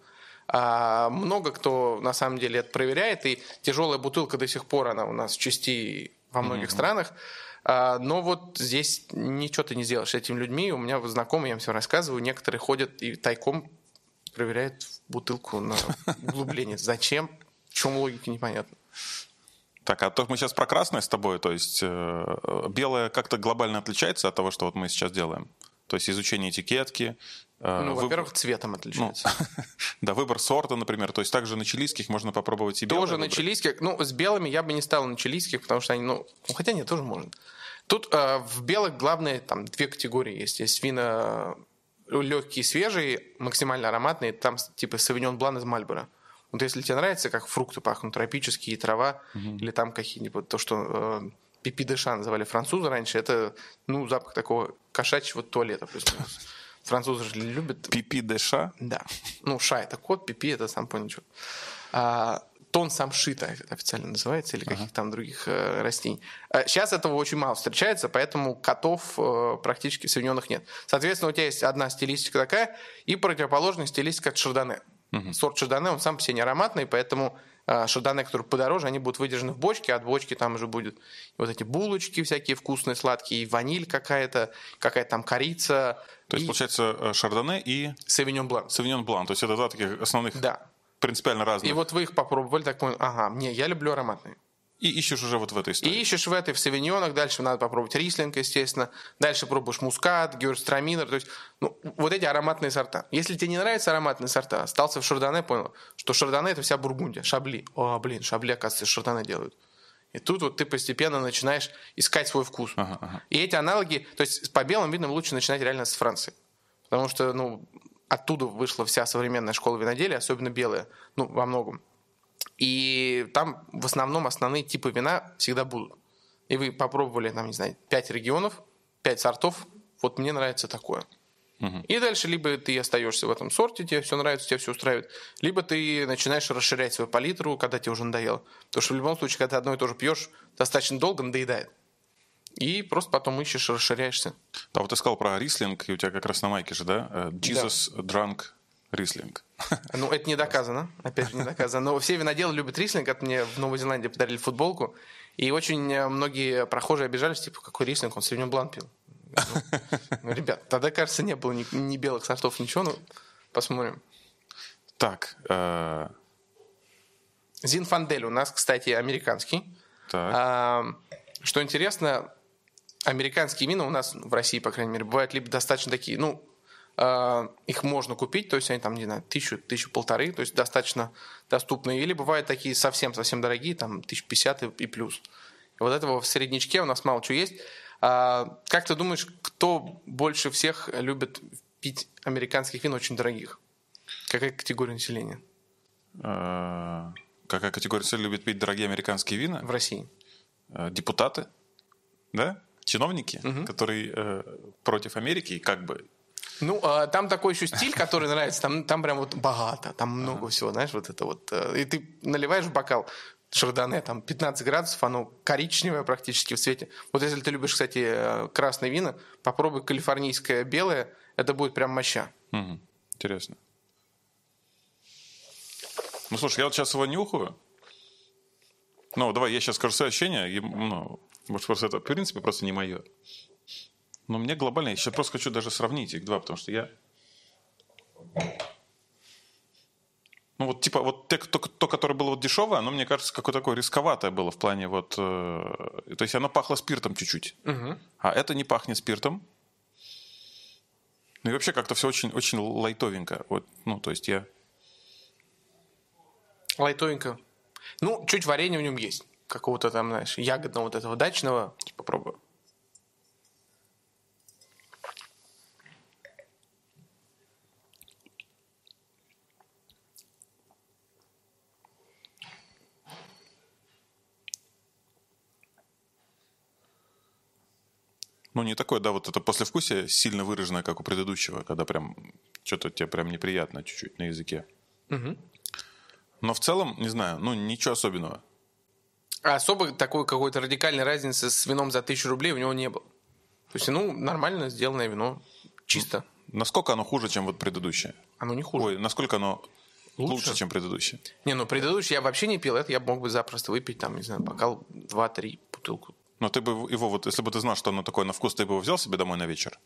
А много кто, на самом деле, это проверяет, и тяжелая бутылка до сих пор, она у нас в части во многих mm-hmm. странах, а, но вот здесь ничего ты не сделаешь с этими людьми, у меня знакомые, я им все рассказываю, некоторые ходят и тайком проверяют бутылку на углубление. Зачем? В чем логика, непонятно. Так, а то мы сейчас про красное с тобой, то есть э, белое как-то глобально отличается от того, что вот мы сейчас делаем? То есть изучение этикетки. Э, ну, вы... во-первых, цветом отличается. Ну, да, выбор сорта, например. То есть также на чилийских можно попробовать и белое. Тоже на чилийских. Ну, с белыми я бы не стал на чилийских, потому что они, ну, хотя нет, тоже можно. Тут э, в белых главные там две категории есть. Есть вина легкие, свежие, максимально ароматные, там типа Савиньон Блан из Мальборо. Вот если тебе нравится, как фрукты пахнут, тропические, трава, угу. или там какие-нибудь, то, что э, пипи де ша называли французы раньше, это, ну, запах такого кошачьего туалета плюс-минус. Французы же любят... Пипи де ша? Да. Ну, ша это кот, пипи это сам понял, что. А, тон самшита это официально называется, или каких-то ага. там других э, растений. А сейчас этого очень мало встречается, поэтому котов э, практически савиньонных нет. Соответственно, у тебя есть одна стилистика такая, и противоположная стилистика от шардоне. Uh-huh. Сорт шардоне, он сам по себе не ароматный, поэтому э, шардоне, которые подороже, они будут выдержаны в бочке, а от бочки там уже будет вот эти булочки всякие вкусные, сладкие, и ваниль какая-то, какая-то там корица. То есть, и... получается, шардоне и... Савиньон Блан. Савиньон Блан, то есть это два таких основных, да. принципиально разных. И вот вы их попробовали, так понял, ага, не, я люблю ароматные. И ищешь уже вот в этой истории. И ищешь в этой, в савиньонах, дальше надо попробовать рислинг, естественно, дальше пробуешь мускат, гевюрцтраминер, то есть ну, вот эти ароматные сорта. Если тебе не нравятся ароматные сорта, остался в шардоне, понял, что шардоне это вся Бургундия, шабли. О, блин, шабли, оказывается, шардоне делают. И тут вот ты постепенно начинаешь искать свой вкус. Ага, ага. И эти аналоги, то есть по белым винам лучше начинать реально с Франции. Потому что, ну, оттуда вышла вся современная школа виноделия, особенно белая, ну, во многом. И там в основном основные типы вина всегда будут. И вы попробовали, там, не знаю, пять регионов, пять сортов, вот мне нравится такое. Угу. И дальше либо ты остаешься в этом сорте, тебе все нравится, тебе все устраивает, либо ты начинаешь расширять свою палитру, когда тебе уже надоело. Потому что в любом случае, когда ты одно и то же пьешь, достаточно долго надоедает. И просто потом ищешь, расширяешься. Да, вот ты сказал про рислинг, и у тебя как раз на майке же, да? Jesus да. Drunk Рислинг. Ну, это не доказано. Опять же, не доказано. Но все виноделы любят рислинг. Это мне в Новой Зеландии подарили футболку. И очень многие прохожие обижались, типа, какой рислинг, он Савиньон Блан пил. Ну, ну, ребят, тогда, кажется, не было ни, ни белых сортов, ничего. Ну, посмотрим. Так. Э... Зинфандель у нас, кстати, американский. Так. А, что интересно, американские вина у нас в России, по крайней мере, бывают либо достаточно такие, ну, их можно купить, то есть они там, не знаю, тысячу, тысячу полторы, то есть достаточно доступные. Или бывают такие совсем-совсем дорогие, там, тысяча пятьдесят и, и плюс. И вот этого в среднячке у нас мало чего есть. А, как ты думаешь, кто больше всех любит пить американских вин очень дорогих? Какая категория населения? А, какая категория населения любит пить дорогие американские вина? В России. А, депутаты, да? Чиновники, угу. которые э, против Америки, как бы... Ну, а, там такой еще стиль, который нравится, там, там прям вот богато, там много ага. всего, знаешь, вот это вот. И ты наливаешь в бокал шардоне, там пятнадцать градусов, оно коричневое практически в цвете. Вот если ты любишь, кстати, красные вина, попробуй калифорнийское белое, это будет прям моща. Угу. Интересно. Ну, слушай, я вот сейчас его нюхаю. Ну, давай, я сейчас скажу свои ощущения. Ну, может, просто это, в принципе, просто не мое. Но мне глобально, я сейчас просто хочу даже сравнить их два, потому что я... Ну вот типа, вот те, то, то, которое было вот дешевое, оно, мне кажется, какое-то такое рисковатое было в плане вот... Э, то есть оно пахло спиртом чуть-чуть. Угу. А это не пахнет спиртом. Ну и вообще как-то все очень, очень лайтовенько. Вот, ну, то есть я... Лайтовенько. Ну, чуть варенья в нем есть. Какого-то там, знаешь, ягодного вот этого дачного. Попробую. Ну, не такое, да, вот это послевкусие сильно выраженное, как у предыдущего, когда прям что-то тебе прям неприятно чуть-чуть на языке. Угу. Но в целом, не знаю, ну, ничего особенного. А особо такой какой-то радикальной разницы с вином за тысячу рублей у него не было. То есть, ну, нормально сделанное вино, чисто. Насколько оно хуже, чем вот предыдущее? Оно не хуже. Ой, насколько оно лучше, лучше чем предыдущее? Не, ну, предыдущее я вообще не пил, это я мог бы запросто выпить, там, не знаю, бокал два-три, бутылку. Но ты бы его, вот, если бы ты знал, что оно такое на вкус, ты бы его взял себе домой на вечер?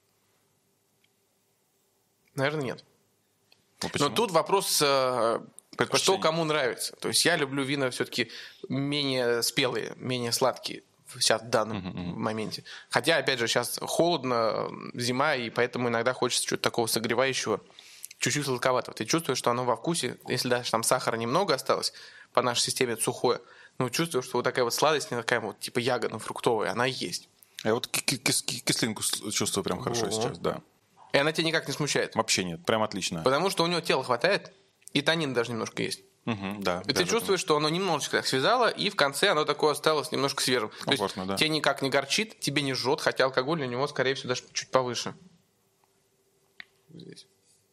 Наверное, нет. Ну, но тут вопрос, что кому нравится. То есть я люблю вина все-таки менее спелые, менее сладкие сейчас в данном uh-huh, uh-huh. моменте. Хотя, опять же, сейчас холодно, зима, и поэтому иногда хочется чего-то такого согревающего, чуть-чуть сладковатого. Ты чувствуешь, что оно во вкусе, если даже там сахара немного осталось, по нашей системе это сухое, но чувствую, что вот такая вот сладость, не такая вот типа ягодно-фруктовая, она есть. Я вот кислинку чувствую прям хорошо О-о. сейчас, да. И она тебя никак не смущает? Вообще нет, прям отлично. Потому что у него тела хватает, и танин даже немножко есть. Угу, да, и да, ты чувствуешь, что оно немножечко так связало, и в конце оно такое осталось немножко свежим. То есть да. тебя никак не горчит, тебе не жжет, хотя алкоголь у него, скорее всего, даже чуть повыше. Здесь.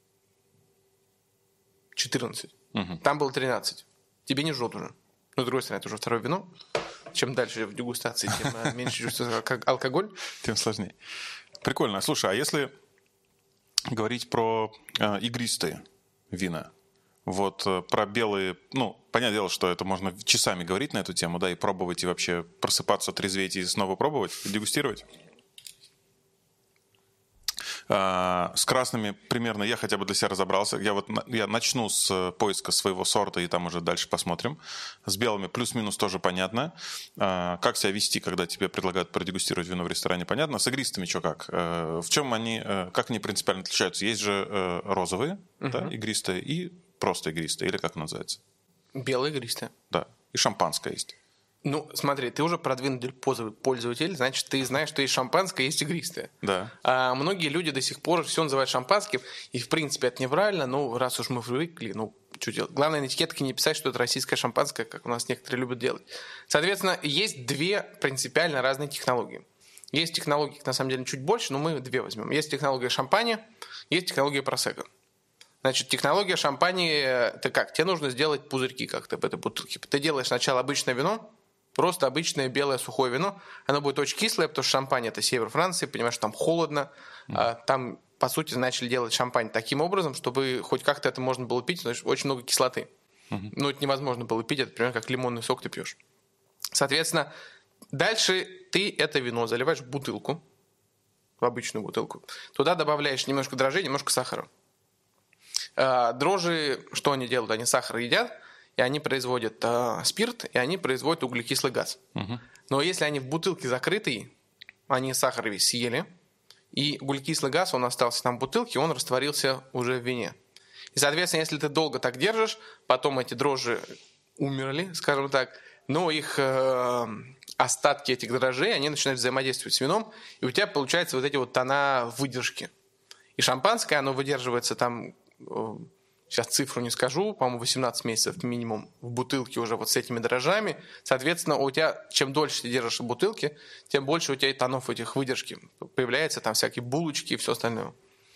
четырнадцать. Угу. Там было тринадцать. Тебе не жжет уже. Но, с другой стороны, это уже второе вино. Чем дальше в дегустации, тем меньше чувствуется алкоголь. Тем сложнее. Прикольно. Слушай, а если говорить про э, игристые вина, вот э, про белые, ну, понятное дело, что это можно часами говорить на эту тему, да, и пробовать, и вообще просыпаться, трезветь и снова пробовать, дегустировать. С красными примерно я хотя бы для себя разобрался. Я вот я начну с поиска своего сорта, и там уже дальше посмотрим. С белыми плюс-минус тоже понятно. Как себя вести, когда тебе предлагают продегустировать вино в ресторане, понятно. С игристыми что как? В чем они, как они принципиально отличаются? Есть же розовые, угу. да, игристые, и просто игристые, или как называется? Белые игристые. Да, и шампанское есть. Ну, смотри, ты уже продвинутый пользователь, значит, ты знаешь, что есть шампанское, есть игристое. Да. А многие люди до сих пор все называют шампанским, и, в принципе, это неправильно, но раз уж мы привыкли, ну, что делать? Главное, на этикетке не писать, что это российское шампанское, как у нас некоторые любят делать. Соответственно, есть две принципиально разные технологии. Есть технологии, на самом деле, чуть больше, но мы две возьмем. Есть технология шампани, есть технология просекко. Значит, технология шампани, это как? Тебе нужно сделать пузырьки как-то в этой бутылке. Ты делаешь сначала обычное вино, просто обычное белое сухое вино. Оно будет очень кислое, потому что шампань – это север Франции, понимаешь, там холодно. Mm. Там, по сути, начали делать шампань таким образом, чтобы хоть как-то это можно было пить, потому что очень много кислоты. Mm-hmm. Ну, это невозможно было пить, это примерно как лимонный сок ты пьешь. Соответственно, дальше ты это вино заливаешь в бутылку, в обычную бутылку. Туда добавляешь немножко дрожжей, немножко сахара. Дрожжи, что они делают? Они сахар едят, и они производят э, спирт, и они производят углекислый газ. Угу. Но если они в бутылке закрытые, они сахар весь съели, и углекислый газ, он остался там в бутылке, он растворился уже в вине. И, соответственно, если ты долго так держишь, потом эти дрожжи умерли, скажем так, но их э, остатки этих дрожжей, они начинают взаимодействовать с вином, и у тебя получаются вот эти вот тона выдержки. И шампанское, оно выдерживается там... Э, Сейчас цифру не скажу, по-моему, восемнадцать месяцев минимум в бутылке уже вот с этими дрожжами. Соответственно, у тебя, чем дольше ты держишь в бутылке, тем больше у тебя и тонов этих выдержки появляется, там всякие булочки и все остальное.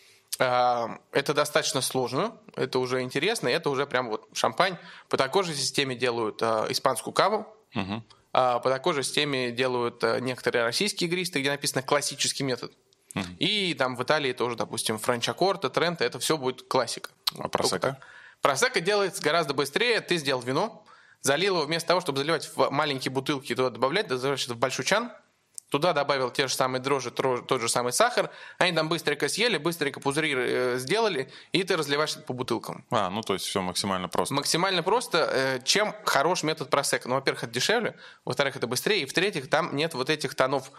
Это достаточно сложно, это уже интересно, это уже прям вот шампань. По такой же системе делают испанскую каву, угу. По такой же системе делают некоторые российские игристые, где написано «классический метод». Угу. И там в Италии тоже, допустим, Франчакорта, Тренто, это все будет классика. А просекко? Просекко делается гораздо быстрее. Ты сделал вино, залил его, вместо того, чтобы заливать в маленькие бутылки и туда добавлять, заливаешь это в большой чан, туда добавил те же самые дрожжи, тот же самый сахар, они там быстренько съели, быстренько пузыри сделали, и ты разливаешь это по бутылкам. А, ну то есть все максимально просто. Максимально просто. Чем хорош метод просекко? Ну, во-первых, это дешевле, во-вторых, это быстрее, и в-третьих, там нет вот этих тонов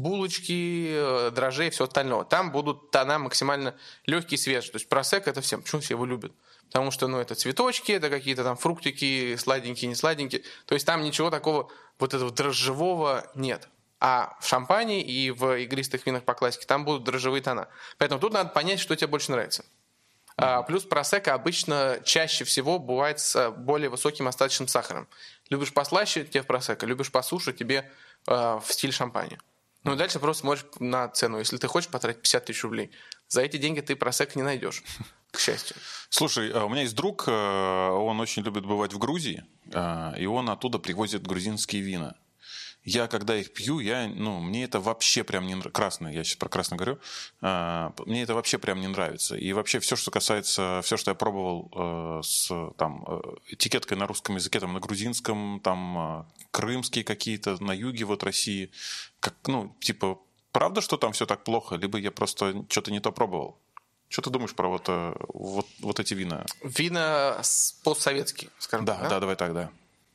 булочки, дрожжей и все остальное. Там будут тона максимально легкие и свежие. То есть просекко это всем. Почему все его любят? Потому что, ну, это цветочки, это какие-то там фруктики, сладенькие, не сладенькие. То есть там ничего такого вот этого дрожжевого нет. А в шампане и в игристых винах по классике там будут дрожжевые тона. Поэтому тут надо понять, что тебе больше нравится. Mm-hmm. А, плюс просекко обычно чаще всего бывает с более высоким остаточным сахаром. Любишь послаще, тебе в просекко. Любишь посуше, тебе э, в стиль шампани. Ну и дальше просто смотришь на цену. Если ты хочешь потратить пятьдесят тысяч рублей, за эти деньги ты просекко не найдешь, к счастью. Слушай, у меня есть друг, он очень любит бывать в Грузии, и он оттуда привозит грузинские вина. Я, когда их пью, я, ну, мне это вообще прям не нравится. Красное, я сейчас про красное говорю. А, мне это вообще прям не нравится. И вообще все, что касается, все, что я пробовал э, с там, этикеткой на русском языке, там, на грузинском, там, крымские какие-то, на юге вот России, как, ну, типа, правда, что там все так плохо? Либо я просто что-то не то пробовал? Что ты думаешь про вот, вот, вот эти вина? Вина постсоветские, скажем да, так. Да, да, давай так, да.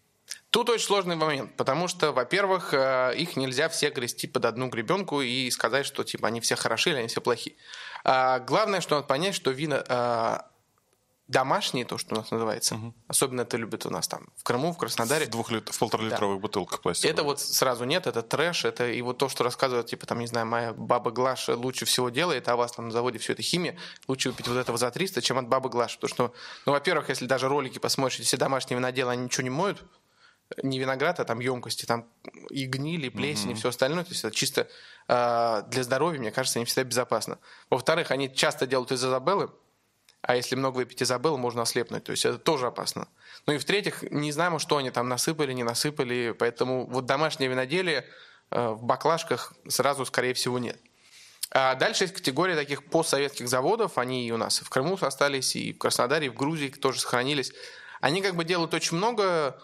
Тут очень сложный момент, потому что, во-первых, их нельзя все грести под одну гребенку и сказать, что типа они все хороши или они все плохие. Главное, что надо понять, что вина домашние, то, что у нас называется, угу. особенно это любят у нас там в Крыму, в Краснодаре. В, двухлит... в полуторалитровых да. бутылках пластиковых. Это вот сразу нет, это трэш, это и вот то, что рассказывают, типа там, не знаю, моя баба Глаша лучше всего делает, а у вас там на заводе все это химия, лучше выпить вот этого за триста, чем от бабы Глаши. Потому что, ну, во-первых, если даже ролики посмотришь, все домашние виноделы, они ничего не моют, не виноград, а там емкости, там и гнили, и плесень, mm-hmm. и все остальное. То есть это чисто э, для здоровья, мне кажется, не всегда безопасно. Во-вторых, они часто делают из Изабеллы, а если много выпить Изабеллы, можно ослепнуть. То есть это тоже опасно. Ну и в-третьих, не знаем, что они там насыпали, не насыпали. Поэтому вот домашнее виноделие э, в баклажках сразу, скорее всего, нет. А дальше есть категория таких постсоветских заводов. Они и у нас и в Крыму остались, и в Краснодаре, и в Грузии тоже сохранились. Они как бы делают очень много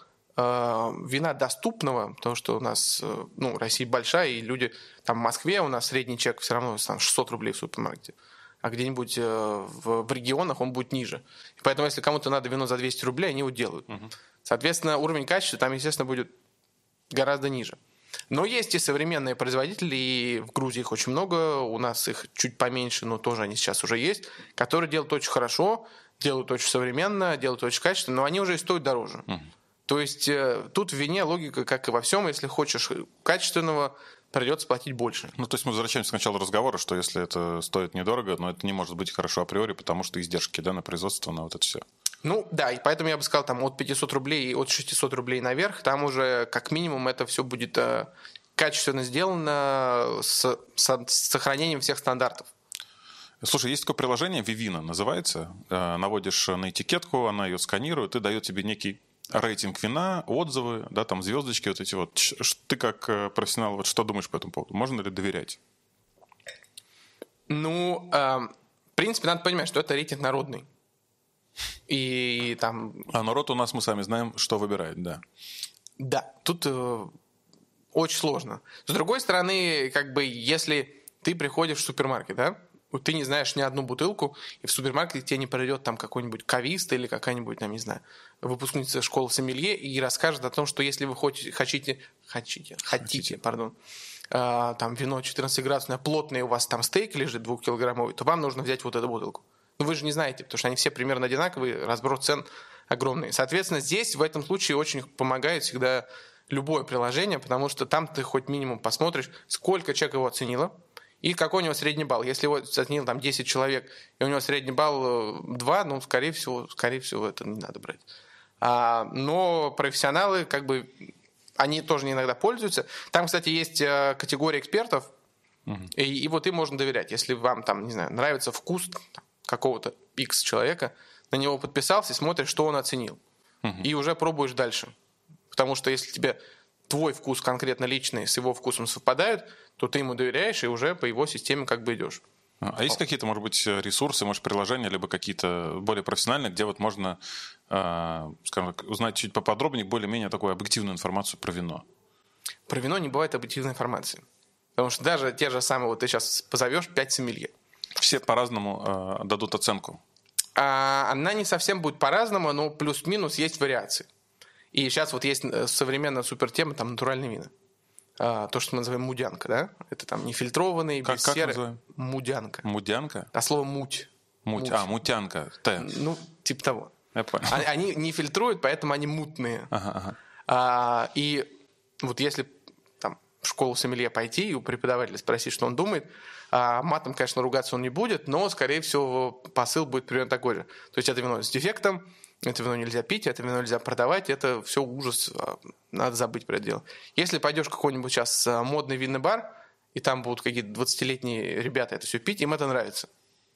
вина доступного, потому что у нас, ну, Россия большая, и люди, там в Москве у нас средний чек все равно там шестьсот рублей в супермаркете. а где-нибудь в, в регионах он будет ниже. И поэтому, если кому-то надо вино за двести рублей, они его делают. Угу. Соответственно, уровень качества там, естественно, будет гораздо ниже. Но есть и современные производители, и в Грузии их очень много, у нас их чуть поменьше, но тоже они сейчас уже есть, которые делают очень хорошо, делают очень современно, делают очень качественно, но они уже и стоят дороже. Угу. То есть тут в вине логика, как и во всем, если хочешь качественного, придется платить больше. Ну, то есть мы возвращаемся к началу разговора, что если это стоит недорого, но это не может быть хорошо априори, потому что издержки, да, на производство, на вот это все. Ну, да, и поэтому я бы сказал, там от пятисот рублей и от шестисот рублей наверх, там уже как минимум это все будет э, качественно сделано с, с, с сохранением всех стандартов. Слушай, есть такое приложение, Vivino называется, э, наводишь на этикетку, она ее сканирует и дает тебе некий рейтинг вина, отзывы, да, там звездочки вот эти вот. Ты как профессионал, вот что думаешь по этому поводу? Можно ли доверять? Ну, э, в принципе, надо понимать, что это рейтинг народный. И там... А народ у нас, мы сами знаем, что выбирает, да. Да, тут э, очень сложно. С другой стороны, как бы, если ты приходишь в супермаркет, да, ты не знаешь ни одну бутылку, и в супермаркете тебе не придет там какой-нибудь кавист или какая-нибудь, там, не знаю, выпускница школы сомелье и расскажет о том, что если вы хотите, хотите, хотите, хотите, пардон, э, там вино четырнадцатиградусное, плотное, у вас там стейк лежит двухкилограммовый, то вам нужно взять вот эту бутылку. Но вы же не знаете, потому что они все примерно одинаковые, разброс цен огромный. Соответственно, здесь в этом случае очень помогает всегда любое приложение, потому что там ты хоть минимум посмотришь, сколько человек его оценило, и какой у него средний балл. Если его оценил там десять человек, и у него средний балл два, ну, скорее всего, скорее всего, это не надо брать. А, но профессионалы, как бы, они тоже иногда пользуются. Там, кстати, есть категория экспертов, угу. и, и вот им можно доверять. Если вам там, не знаю, нравится вкус какого-то X человека, на него подписался и смотришь, что он оценил. Угу. И уже пробуешь дальше. Потому что если тебе твой вкус конкретно личный с его вкусом совпадают, то ты ему доверяешь и уже по его системе как бы идешь. А есть какие-то, может быть, ресурсы, может, приложения, либо какие-то более профессиональные, где вот можно, э, скажем так, узнать чуть поподробнее, более-менее такую объективную информацию про вино? Про вино не бывает объективной информации. Потому что даже те же самые, вот ты сейчас позовешь пять сомелье. Все по-разному э, дадут оценку. А, она не совсем будет по-разному, но плюс-минус есть вариации. И сейчас вот есть современная супертема, там натуральные вина. А, то, что мы называем мудянка, да? Это там нефильтрованные, как, без как серы. Называем? Мудянка. Мудянка? А слово муть. Муть. муть. А, мутянка. Т. Ну, типа того. Я понял. Они, они не фильтруют, поэтому они мутные. Ага, ага. А, и вот если там в школу сомелье пойти и у преподавателя спросить, что он думает, а, матом, конечно, ругаться он не будет, но, скорее всего, посыл будет примерно такой же. То есть это вино с дефектом, это вино нельзя пить, это вино нельзя продавать, это все ужас, надо забыть про это дело. Если пойдешь в какой-нибудь сейчас модный винный бар, и там будут какие-то двадцатилетние ребята это все пить, им это нравится.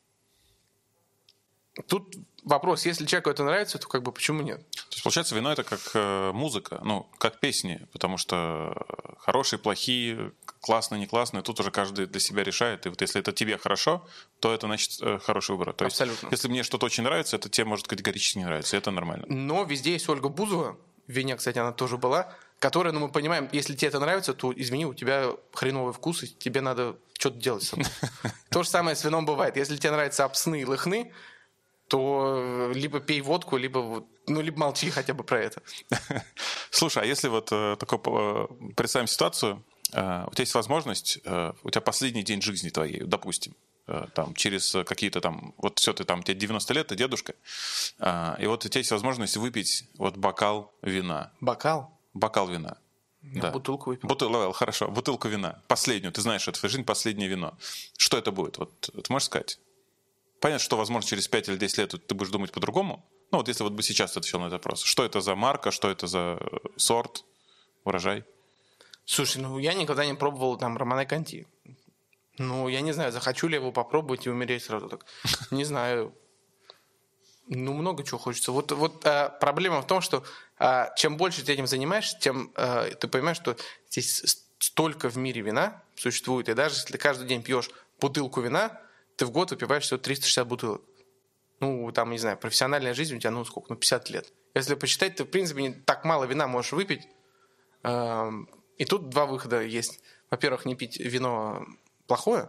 Тут вопрос, если человеку это нравится, то как бы почему нет? То есть, получается, вино — это как э, музыка, ну, как песни, потому что хорошие, плохие, классные, не классные, тут уже каждый для себя решает. И вот если это тебе хорошо, то это, значит, хороший выбор. То Абсолютно. Есть, если мне что-то очень нравится, это тебе может категорически не нравиться, и это нормально. Но везде есть Ольга Бузова, в вине, кстати, она тоже была, которая, ну, мы понимаем, если тебе это нравится, то, извини, у тебя хреновый вкус, и тебе надо что-то делать с собой. То же самое с вином бывает. Если тебе нравятся апсны и лыхны, то либо пей водку, либо, ну, либо молчи хотя бы про это. Слушай, а если вот э, такой, э, представим ситуацию, э, у тебя есть возможность, э, у тебя последний день жизни твоей, допустим, э, там, через какие-то там, вот все, ты там, тебе девяносто лет, ты дедушка, э, и вот у тебя есть возможность выпить вот бокал вина. Бокал? Бокал вина. Я да. бутылку выпил. Бутыл, хорошо, бутылку вина. Последнюю, ты знаешь, это в твоей жизни последнее вино. Что это будет? Вот, ты можешь сказать? Понятно, что, возможно, через пять или десять лет ты будешь думать по-другому. Ну, вот если вот бы сейчас ты отвечал на этот вопрос. Что это за марка, что это за сорт, урожай? Слушай, ну, я никогда не пробовал там Романе Конти. Ну, я не знаю, захочу ли его попробовать и умереть сразу так. Не знаю. Ну, много чего хочется. Вот, вот а, проблема в том, что а, чем больше ты этим занимаешься, тем а, ты понимаешь, что здесь столько в мире вина существует. И даже если каждый день пьешь бутылку вина, ты в год выпиваешь всего триста шестьдесят бутылок. Ну, там, не знаю, профессиональная жизнь у тебя, ну, сколько, ну, пятьдесят лет. Если посчитать, ты, в принципе, не так мало вина можешь выпить. И тут два выхода есть. Во-первых, не пить вино плохое,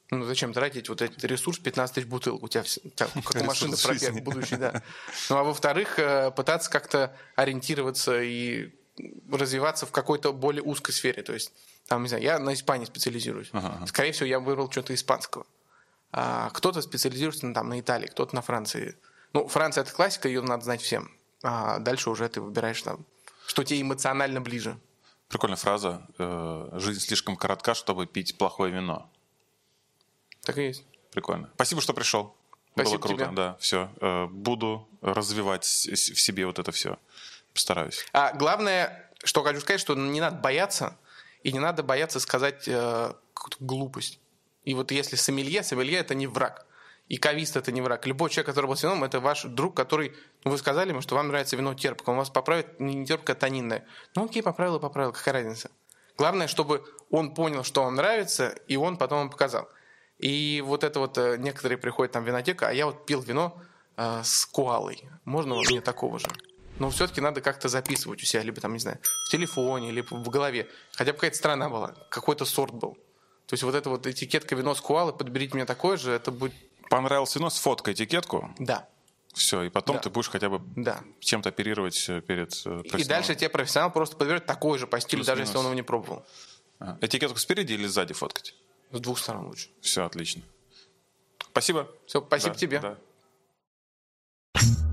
Ну, зачем тратить вот этот ресурс, пятнадцать тысяч бутылок? У тебя, у тебя как у машины пробег будущий, да. Ну, а во-вторых, пытаться как-то ориентироваться и развиваться в какой-то более узкой сфере. То есть, там, не знаю, я на Испании специализируюсь. Ага. Скорее всего, я выбрал что-то испанского. А кто-то специализируется ну, там, на Италии, кто-то на Франции. Ну, Франция – это классика, ее надо знать всем. А дальше уже ты выбираешь, там, что тебе эмоционально ближе. Прикольная фраза. Жизнь слишком коротка, чтобы пить плохое вино. Так и есть. Прикольно. Спасибо, что пришел. Спасибо Было круто. тебе. Да, все. Буду развивать в себе вот это все. Постараюсь. А главное, что хочу сказать, что не надо бояться, и не надо бояться сказать э, какую-то глупость. И вот если сомелье, сомелье – это не враг. И кавист – это не враг. Любой человек, который был с вином, это ваш друг, который… Ну, вы сказали ему, что вам нравится вино терпкое. Он вас поправит, не терпкое, а тонинное. Ну, окей, поправил и поправил. Какая разница? Главное, чтобы он понял, что вам нравится, и он потом вам показал. И вот это вот э, некоторые приходят там в винотеку, а я вот пил вино э, с коалой. Можно вот мне такого же? Но все-таки надо как-то записывать у себя, либо там, не знаю, в телефоне, либо в голове. Хотя бы какая-то страна была, какой-то сорт был. То есть вот эта вот этикетка вино с коалой, подберите мне такое же, это будет… Понравилось вино, сфоткай этикетку. Да. Все, и потом да. ты будешь хотя бы да. чем-то оперировать перед профессионалом. И дальше тебе профессионал просто подберет такой же по стилю, Плюс даже минус. Если он его не пробовал. А. Этикетку спереди или сзади фоткать? С двух сторон лучше. Все, отлично. Спасибо. Все, спасибо да, тебе. Да.